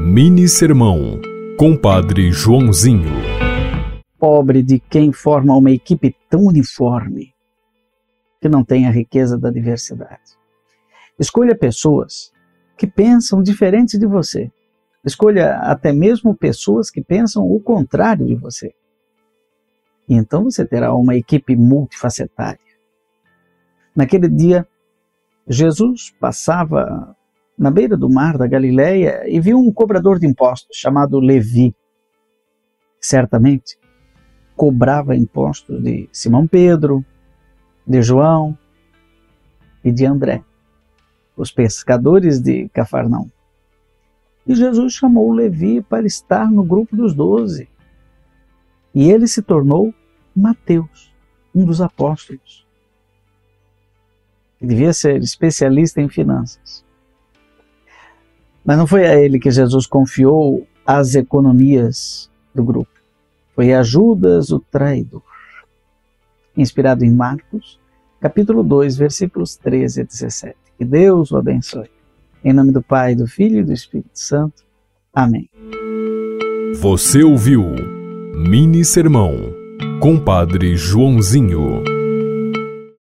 Mini Sermão, Compadre Joãozinho. Pobre de quem forma uma equipe tão uniforme, que não tem a riqueza da diversidade. Escolha pessoas que pensam diferente de você. Escolha até mesmo pessoas que pensam o contrário de você. E então você terá uma equipe multifacetária. Naquele dia, Jesus passava na beira do mar da Galileia e viu um cobrador de impostos chamado Levi. Certamente, cobrava impostos de Simão Pedro, de João e de André, os pescadores de Cafarnaum. E Jesus chamou Levi para estar no grupo dos 12. E ele se tornou Mateus, um dos apóstolos. Devia ser especialista em finanças. Mas não foi a ele que Jesus confiou as economias do grupo. Foi a Judas, o traidor. Inspirado em Marcos, capítulo 2, versículos 13 a 17. Que Deus o abençoe. Em nome do Pai, do Filho e do Espírito Santo. Amém. Você ouviu Mini Sermão, Compadre Joãozinho.